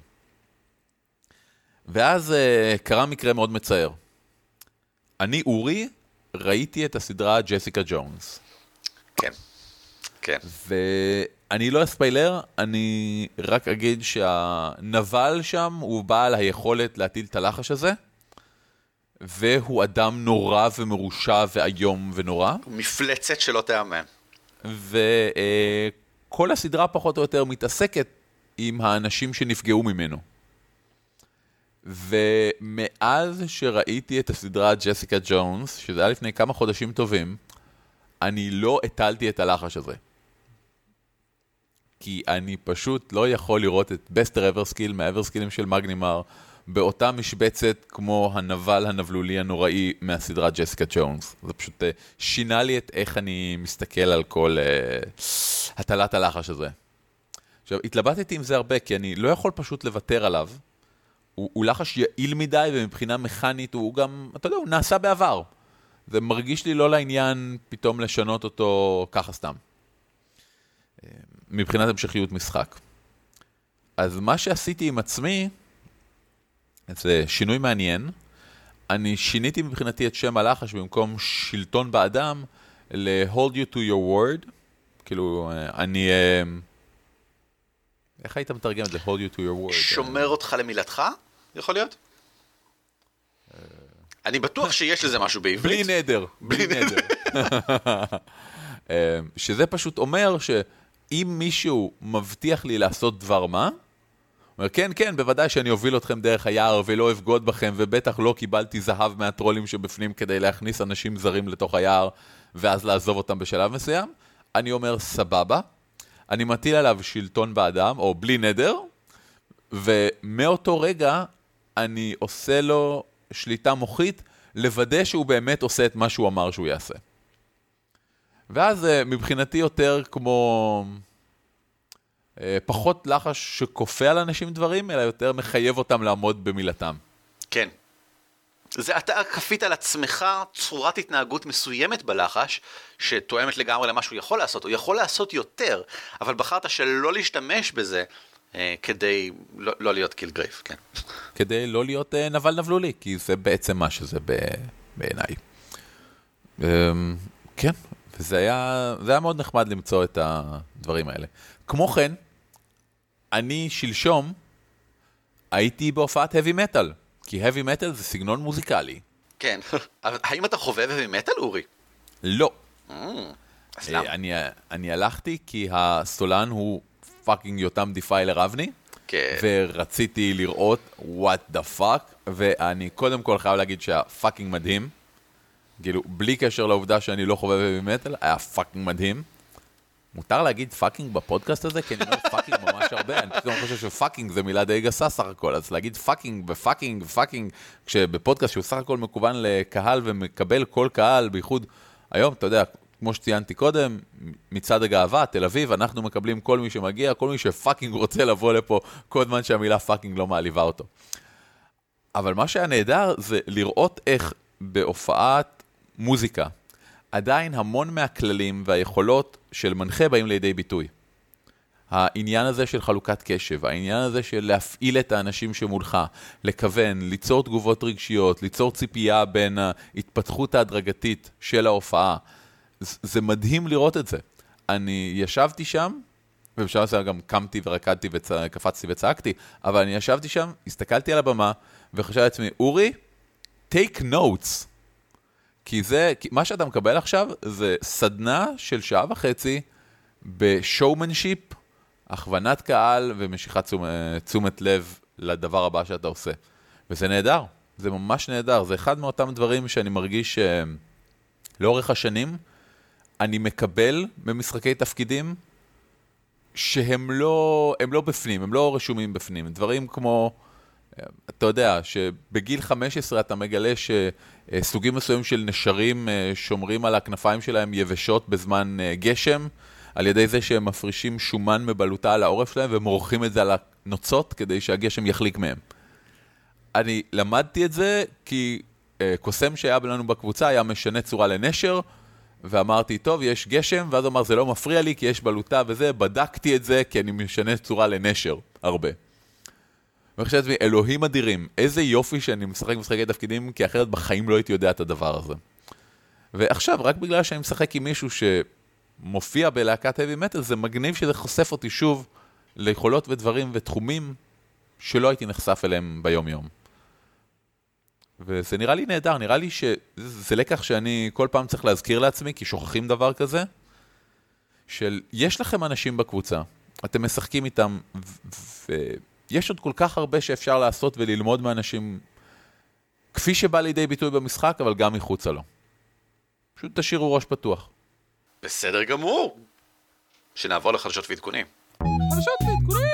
ואז קרה מקרה מאוד מצער. אני, אורי, ראיתי את הסדרה ג'סיקה ג'ונס. כן, כן. ואני לא אספיילר, אני רק אגיד שהנבל שם הוא בעל היכולת להטיל את הלחש הזה, והוא אדם נורא ומרושע ואיום ונורא. מפלצת שלא תאמן. וכל הסדרה פחות או יותר מתעסקת עם האנשים שנפגעו ממנו. ומאז שראיתי את הסדרה ג'סיקה ג'ונס, שזה היה לפני כמה חודשים טובים, אני לא הטלתי את הלחש הזה. כי אני פשוט לא יכול לראות את בסטר אברסקיל מהאברסקילים של מגנימר באותה משבצת כמו הנבל הנבלולי הנוראי מהסדרה ג'סיקה ג'ונס. זה פשוט שינה לי את איך אני מסתכל על כל הטלת הלחש הזה. עכשיו, התלבטתי עם זה הרבה, כי אני לא יכול פשוט לוותר עליו. הוא לחש יעיל מדי, ומבחינה מכנית הוא גם, אתה יודע, הוא נעשה בעבר. זה מרגיש לי לא לעניין פתאום לשנות אותו ככה סתם. מבחינת המשכיות משחק. אז מה שעשיתי עם עצמי, זה שינוי מעניין. אני שיניתי מבחינתי את שם הלחש במקום שלטון באדם, ל-hold you to your word. כאילו, אני... איך היית מתרגם את זה? hold you to your word. שומר אותך למילתך? יכול להיות? אני בטוח שיש לזה משהו בעברית. בלי נדר. בלי נדר. שזה פשוט אומר שאם מישהו מבטיח לי לעשות דבר מה, אומר, כן, כן, בוודאי שאני אוביל אתכם דרך היער ולא אבגוד בכם, ובטח לא קיבלתי זהב מהטרולים שבפנים כדי להכניס אנשים זרים לתוך היער, ואז לעזוב אותם בשלב מסוים. אני אומר, סבבה. אני מטיל עליו שלטון באדם, או בלי נדר, ומאותו רגע אני עושה לו שליטה מוחית, לוודא שהוא באמת עושה את מה שהוא אמר שהוא יעשה. ואז מבחינתי יותר כמו... פחות לחש שכופה על אנשים דברים, אלא יותר מחייב אותם לעמוד במילתם. כן. זה אתה כפית על עצמך צורת התנהגות מסוימת בלחש, שתואמת לגמרי למה שהוא יכול לעשות. הוא יכול לעשות יותר, אבל בחרת שלא להשתמש בזה, כדי לא להיות קיל גרייף, כן. כדי לא להיות נבל נבלולי, כי זה בעצם מה שזה בעיניי. כן, וזה היה מאוד נחמד למצוא את הדברים האלה. כמו כן, אני שלשום הייתי בהופעת heavy metal, כי heavy metal זה סגנון מוזיקלי. כן, האם אתה חובב heavy metal, אורי? לא. אז למה? אני הלכתי כי הסולן הוא פאקינג יותם דיפיילר אבני, כן. ורציתי לראות what the fuck, ואני קודם כל חייב להגיד שהפאקינג מדהים, כאילו בלי קשר לעובדה שאני לא חובב heavy metal, היה פאקינג מדהים. מותר להגיד פאקינג בפודקאסט הזה? כי אני אומר פאקינג ממש הרבה, אני פתאום חושב שפאקינג זה מילה די גסה סך הכל, אז להגיד פאקינג ופאקינג ופאקינג, כשבפודקאסט שהוא סך הכל מקוון לקהל ומקבל כל קהל, בייחוד היום, אתה יודע, כמו שציינתי קודם, מצד הגאווה, תל אביב, אנחנו מקבלים כל מי שמגיע, כל מי שפאקינג רוצה לבוא לפה, כל זמן שהמילה פאקינג לא מעליבה אותו. אבל מה שהיה נהדר זה לראות איך בהופעת מוזיקה, עדיין המון מהכללים והיכולות של מנחה באים לידי ביטוי. העניין הזה של חלוקת קשב, העניין הזה של להפעיל את האנשים שמולך, לכוון, ליצור תגובות רגשיות, ליצור ציפייה בין ההתפתחות ההדרגתית של ההופעה. זה מדהים לראות את זה. אני ישבתי שם, ובשלב הזה גם קמתי ורקדתי וקפצתי וצעקתי, אבל אני ישבתי שם, הסתכלתי על הבמה, וחשבתי לעצמי, אורי, take notes. כי מה שאתה מקבל עכשיו זה סדנה של 1.5 שעות בשואומנשיפ, הכוונת קהל ומשיכת תשומת לב לדבר הבא שאתה עושה. וזה נהדר, זה ממש נהדר. זה אחד מאותם דברים שאני מרגיש לאורך השנים, אני מקבל במשחקי תפקידים, שהם לא בפנים, הם לא רשומים בפנים. דברים כמו, אתה יודע, שבגיל 15 אתה מגלה שסוגים מסוימים של נשרים שומרים על הכנפיים שלהם יבשות בזמן גשם, על ידי זה שהם מפרישים שומן מבלוטה על העורף שלהם, ומורחים את זה על הנוצות כדי שהגשם יחליק מהם. אני למדתי את זה כי קוסם שהיה לנו בקבוצה היה משנה צורה לנשר, ואמרתי, טוב, יש גשם, ואז אמר, זה לא מפריע לי כי יש בלוטה וזה, בדקתי את זה כי אני משנה צורה לנשר, הרבה. וחשבתי, אלוהים אדירים, איזה יופי שאני משחק משחקי תפקידים, כי אחרת בחיים לא הייתי יודע את הדבר הזה. ועכשיו, רק בגלל שאני משחק עם מישהו שמופיע בלהקת heavy metal, זה מגניב שזה חושף אותי שוב ליכולות ודברים ותחומים שלא הייתי נחשף אליהם ביום יום. וזה נראה לי נהדר, נראה לי שזה לקח שאני כל פעם צריך להזכיר לעצמי, כי שוכחים דבר כזה, של יש לכם אנשים בקבוצה, אתם משחקים איתם, ויש עוד כל כך הרבה שאפשר לעשות וללמוד מאנשים, כפי שבא לידי ביטוי במשחק, אבל גם מחוצה לו. פשוט תשאירו ראש פתוח. בסדר גמור. שנעבור לחדשות ועדכונים. חדשות ועדכונים!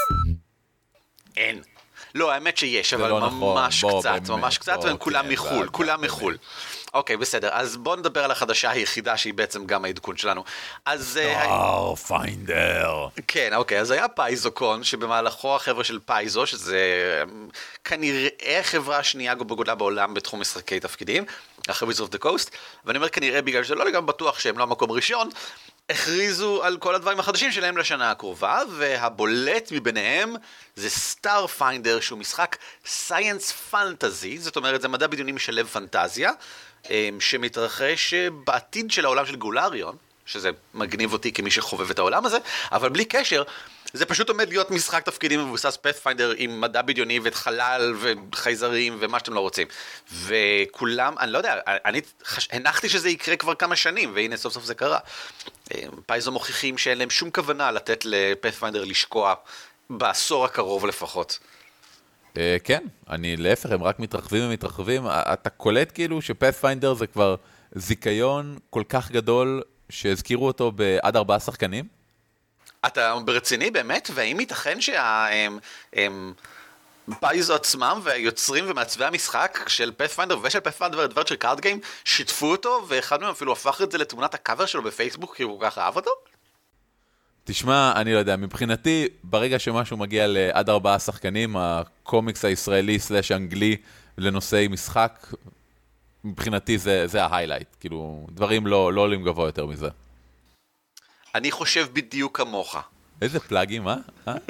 אין. לא, האמת שיש, אבל לא ממש נכון. קצת, באמת, ממש קצת, והם כולם מחול, כולם מחול. אוקיי, בסדר, אז בואו נדבר על החדשה היחידה שהיא בעצם גם העדכון שלנו. אז... פיינדר. כן, אוקיי, אז היה פייזוקון, שבמהלכו החבר'ה של פייזו, שזה כנראה חברה השנייה בגודלה בעולם בתחום משחקי תפקידים, אחרי Wizards of the Coast, ואני אומר כנראה בגלל שזה לא לגמרי בטוח שהם לא המקום ראשון, הכריזו על כל הדברים החדשים שלהם לשנה הקרובה, והבולט מביניהם זה סטאר פיינדר, שהוא משחק סייאנס פנטזי, זאת אומרת זה מדע בדיוני משלב פנטזיה, שמתרחש בעתיד של העולם של גולריון, שזה מגניב אותי כמי שחובב את העולם הזה, אבל בלי קשר, זה פשוט עומד להיות משחק תפקידים מבוסס פאת'פיינדר עם מדע בדיוני וחלל וחייזרים ומה שאתם לא רוצים. וכולם, אני לא יודע, אני הנחתי שזה יקרה כבר כמה שנים, והנה סוף סוף זה קרה. פייזו מוכיחים שאין להם שום כוונה לתת לפאת'פיינדר לשקוע בעשור הקרוב לפחות. כן, אני להפך, הם רק מתרחבים ומתרחבים. אתה קולט כאילו שפאת'פיינדר זה כבר זיכיון כל כך גדול שהזכירו אותו בעד 4 שחקנים? אתה ברציני באמת? והאם ייתכן פייזו עצמם והיוצרים ומעצבי המשחק של פאת'פיינדר ושל פאת'פיינדר אדוונצ'ר קארד גיים שיתפו אותו, ואחד מהם אפילו הפך את זה לתמונת הקאבר שלו בפייסבוק כי הוא כל כך אהב אותו? תשמע, אני לא יודע, מבחינתי, ברגע שמשהו מגיע לעד 4 שחקנים, הקומיקס הישראלי סלש אנגלי לנושאי משחק, מבחינתי זה ההיילייט, כאילו, דברים לא עולים גבוה יותר מזה. אני חושב בדיוק כמוך. איזה פלאגים, אה?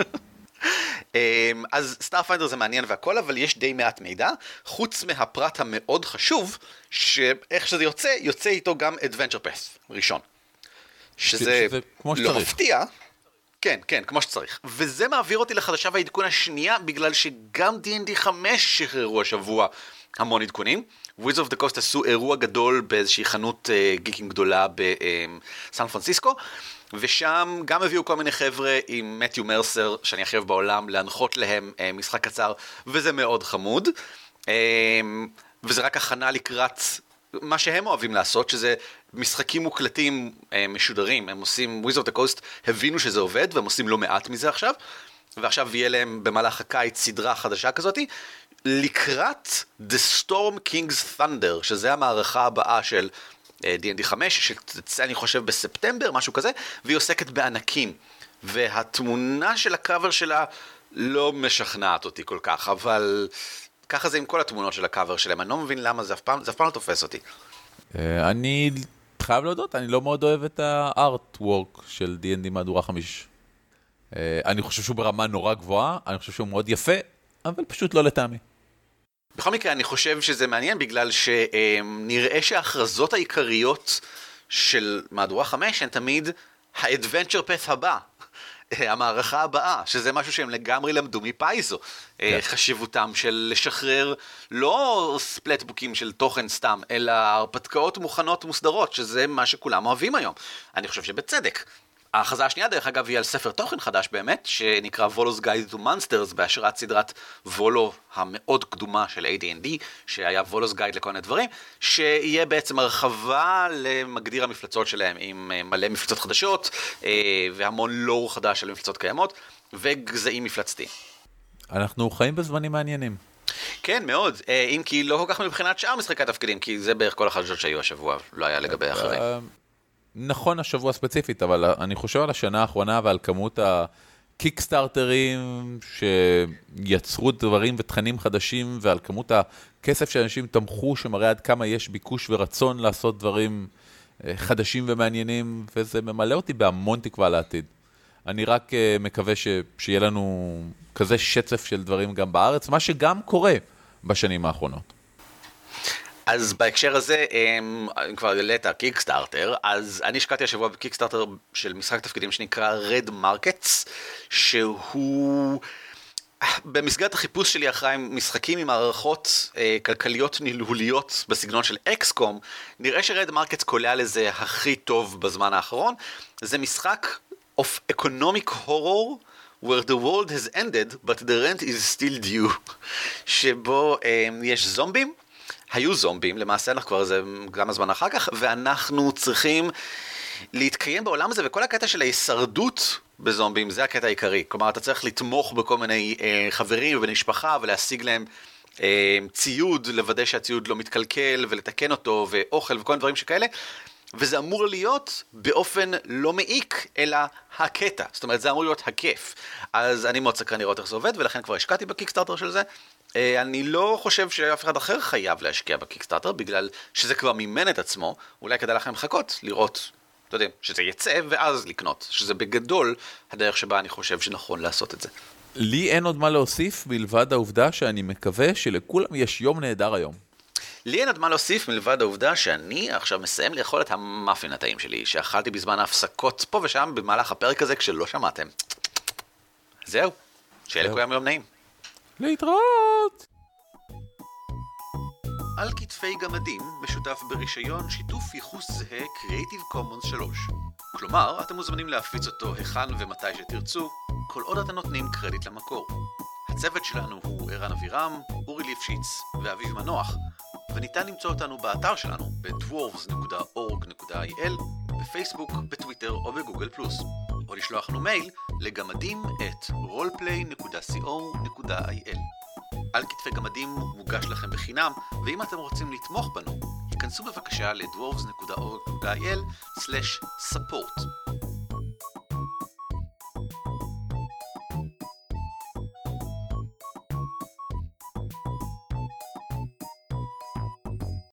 אז סטארפיינדר זה מעניין והכל, אבל יש די מעט מידע, חוץ מהפרט המאוד חשוב, שאיך שזה יוצא איתו גם Adventure Path ראשון. שזה לא מפתיע. כן, כן, כמו שצריך. וזה מעביר אותי לחדשה והעדכון השנייה, בגלל שגם D&D 5 שחררו השבוע המון עדכונים. Wizards of the Coast עשו אירוע גדול באיזושהי חנות גיקים גדולה בסן פרנסיסקו, ושם גם הביאו כל מיני חבר'ה עם מתיו מרסר, שאני הכי אוהב בעולם, להנחות להם משחק קצר, וזה מאוד חמוד. וזה רק הכנה לקראת מה שהם אוהבים לעשות, שזה משחקים מוקלטים משודרים. הם עושים, Wizards of the Coast הבינו שזה עובד, והם עושים לא מעט מזה עכשיו, ועכשיו יהיה להם במהלך הקיץ סדרה חדשה כזאת, לקראת The Storm King's Thunder, שזה המערכה הבאה של D&D 5, שתצא אני חושב בספטמבר, משהו כזה, והיא עוסקת בענקים. והתמונה של הקאבר שלה לא משכנעת אותי כל כך, אבל ככה זה עם כל התמונות של הקאבר שלהם. אני לא מבין למה זה אף פעם לא תופס אותי. אני חייב להודות, אני לא מאוד אוהב את הארט-וורק של D&D מהדורה 5. אני חושב שהוא ברמה נורא גבוהה, אני חושב שהוא מאוד יפה, אבל פשוט לא לטעמי. בכל מקרה, אני חושב שזה מעניין בגלל שנראה שההכרזות העיקריות של מהדורה 5 הן תמיד ה-Adventure Path הבא, המערכה הבאה, שזה משהו שהם לגמרי למדו מפייזו. חשיבותם של לשחרר לא ספלטבוקים של תוכן סתם, אלא הרפתקאות מוכנות ומוסדרות, שזה מה שכולם אוהבים היום. אני חושב שבצדק. ההכרזה השנייה דרך אגב היא על ספר תוכן חדש באמת, שנקרא Volo's Guide to Monsters, בהשראת סדרת וולו המאוד קדומה של AD&D, שהיה Volo's Guide לכל מיני דברים, שיהיה בעצם הרחבה למגדיר המפלצות שלהם, עם מלא מפלצות חדשות, והמון לור חדש של מפלצות קיימות, וגזעים מפלצתיים. אנחנו חיים בזמנים מעניינים. כן, מאוד, אם כי לא כל כך מבחינת שאר משחקי התפקידים, כי זה בערך כל החדשות שהיו השבוע, לא היה לגבי אחרים. נכון השבוע ספציפית, אבל אני חושב על השנה האחרונה ועל כמות הקיקסטארטרים שיצרו דברים ותכנים חדשים, ועל כמות הכסף שאנשים תמכו, שמראה עד כמה יש ביקוש ורצון לעשות דברים חדשים ומעניינים, וזה ממלא אותי בהמון תקווה לעתיד. אני רק מקווה שיהיה לנו כזה שצף של דברים גם בארץ, מה שגם קורה בשנים האחרונות. אז בהקשר הזה, אם כבר העלית קיקסטארטר, אז אני השקעתי השבוע בקיקסטארטר של משחק תפקידים שנקרא Red Markets, שהוא במסגרת החיפוש שלי אחרי משחקים עם מערכות כלכליות נלהוליות בסגנון של אקסקום, נראה ש-Red Markets קולע לזה הכי טוב בזמן האחרון. זה משחק of economic horror, where the world has ended, but the rent is still due, שבו יש זומבים, היו זומבים, למעשה אנחנו כבר זה גם הזמן אחר כך, ואנחנו צריכים להתקיים בעולם הזה, וכל הקטע של ההישרדות בזומבים, זה הקטע העיקרי. כלומר, אתה צריך לתמוך בכל מיני חברים ובמשפחה, ולהשיג להם ציוד, לוודא שהציוד לא מתקלקל, ולתקן אותו, ואוכל וכל מיני דברים שכאלה, וזה אמור להיות באופן לא מעיק, אלא הקטע. זאת אומרת, זה אמור להיות הכיף. אז אני מאוד סקרן לראות איך זה עובד, ולכן כבר השקעתי בקיקסטארטר של זה. אני לא חושב שאף אחד אחר חייב להשקיע בקיקסטארטר, בגלל שזה כבר מימן את עצמו. אולי כדאי לכם לחכות, לראות, אתה יודע, שזה יצא, ואז לקנות. שזה בגדול הדרך שבה אני חושב שנכון לעשות את זה. לי אין עוד מה להוסיף, מלבד העובדה שאני מקווה שלכולם יש יום נהדר היום. לי אין עוד מה להוסיף מלבד העובדה שאני עכשיו מסיים לאכול את המאפין הטעים שלי, שאכלתי בזמן ההפסקות פה ושם במהלך הפרק הזה כשלא שמעתם. זהו, שיהיה לכולם יום נעים. להתראות! על כתפי גמדים משותף ברישיון שיתוף ייחוס זהה Creative Commons 3. כלומר, אתם מוזמנים להפיץ אותו היכן ומתי שתרצו, כל עוד אתם נותנים קרדיט למקור. הצוות שלנו הוא ערן אבירם, אורי ליפשיץ ואביב מנוח, וניתן למצוא אותנו באתר שלנו ב-dwarves.org.il, בפייסבוק, בטוויטר או בגוגל פלוס, או לשלוח לנו מייל לגמדים@roleplay.co.il. על כתפי גמדים מוגש לכם בחינם, ואם אתם רוצים לתמוך בנו, כנסו בבקשה ל-dwarves.org.il/support.